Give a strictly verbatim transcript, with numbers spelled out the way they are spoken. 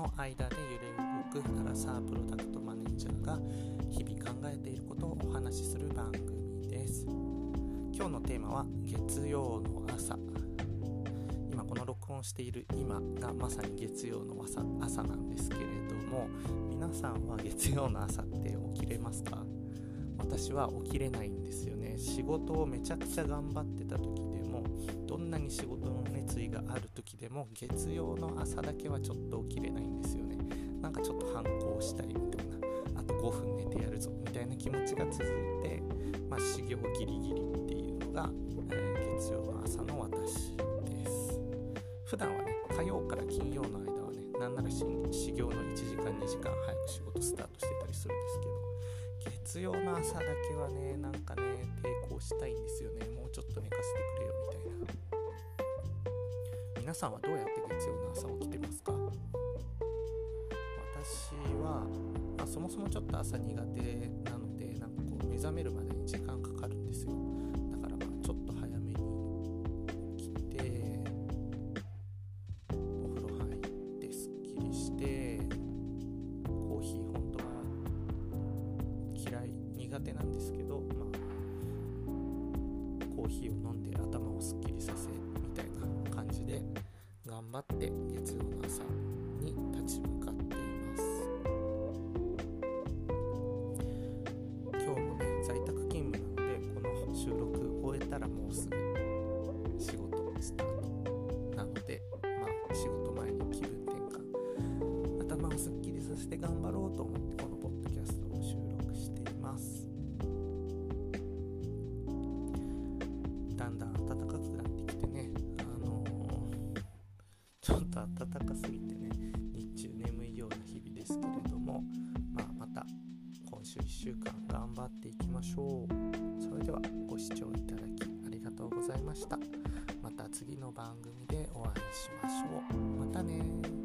の間で揺れ動くアラサープロダクトマネージャーが日々考えていることをお話しする番組です。今日のテーマは月曜の朝。今この録音している今がまさに月曜の 朝, 朝なんですけれども、皆さんは月曜の朝って起きれますか？私は起きれないんですよね。仕事をめちゃくちゃ頑張ってた時でも、どんなに仕事の熱意がある時でも月曜の朝だけはちょっと起きれないんですよね。なんかちょっと反抗したいみたいな、あとごふん寝てやるぞみたいな気持ちが続いて、まあ、始業ギリギリっていうのが、えー、月曜の朝の私です。普段はね、火曜から金曜の間はね、なんなら始業のいちじかんにじかん早く仕事スタートしてたりするんですけど、月曜の朝だけはね、なんかね、抵抗したいんですよね。もうちょっと寝かせてくれよみたいな。皆さんはどうやって月曜の朝起きてますか？私は、まあ、そもそもちょっと朝苦手なので、なんかこう目覚めるまでに時間かかるんですよ。だからまあちょっと早めに起きて、お風呂入ってすっきりして、コーヒー本当は嫌い苦手なんですけど、まあ、コーヒーを飲んで頭をすっきりさせみたいな感じで頑張って月曜の朝に立ち向かっています。今日もね、在宅勤務なので、この収録終えたらもうすぐ仕事スタートなので、まあ仕事前に気分転換、頭をすっきりさせて頑張ろうと思ってこのポッドキャストを収録しています。だんだん暖かくなってきてね、あのー、ちょっと暖かすぎてね、日中眠いような日々ですけれども、まあ、また今週いっしゅうかん頑張っていきましょう。それではご視聴いただきありがとうございました。また次の番組でお会いしましょう。またね。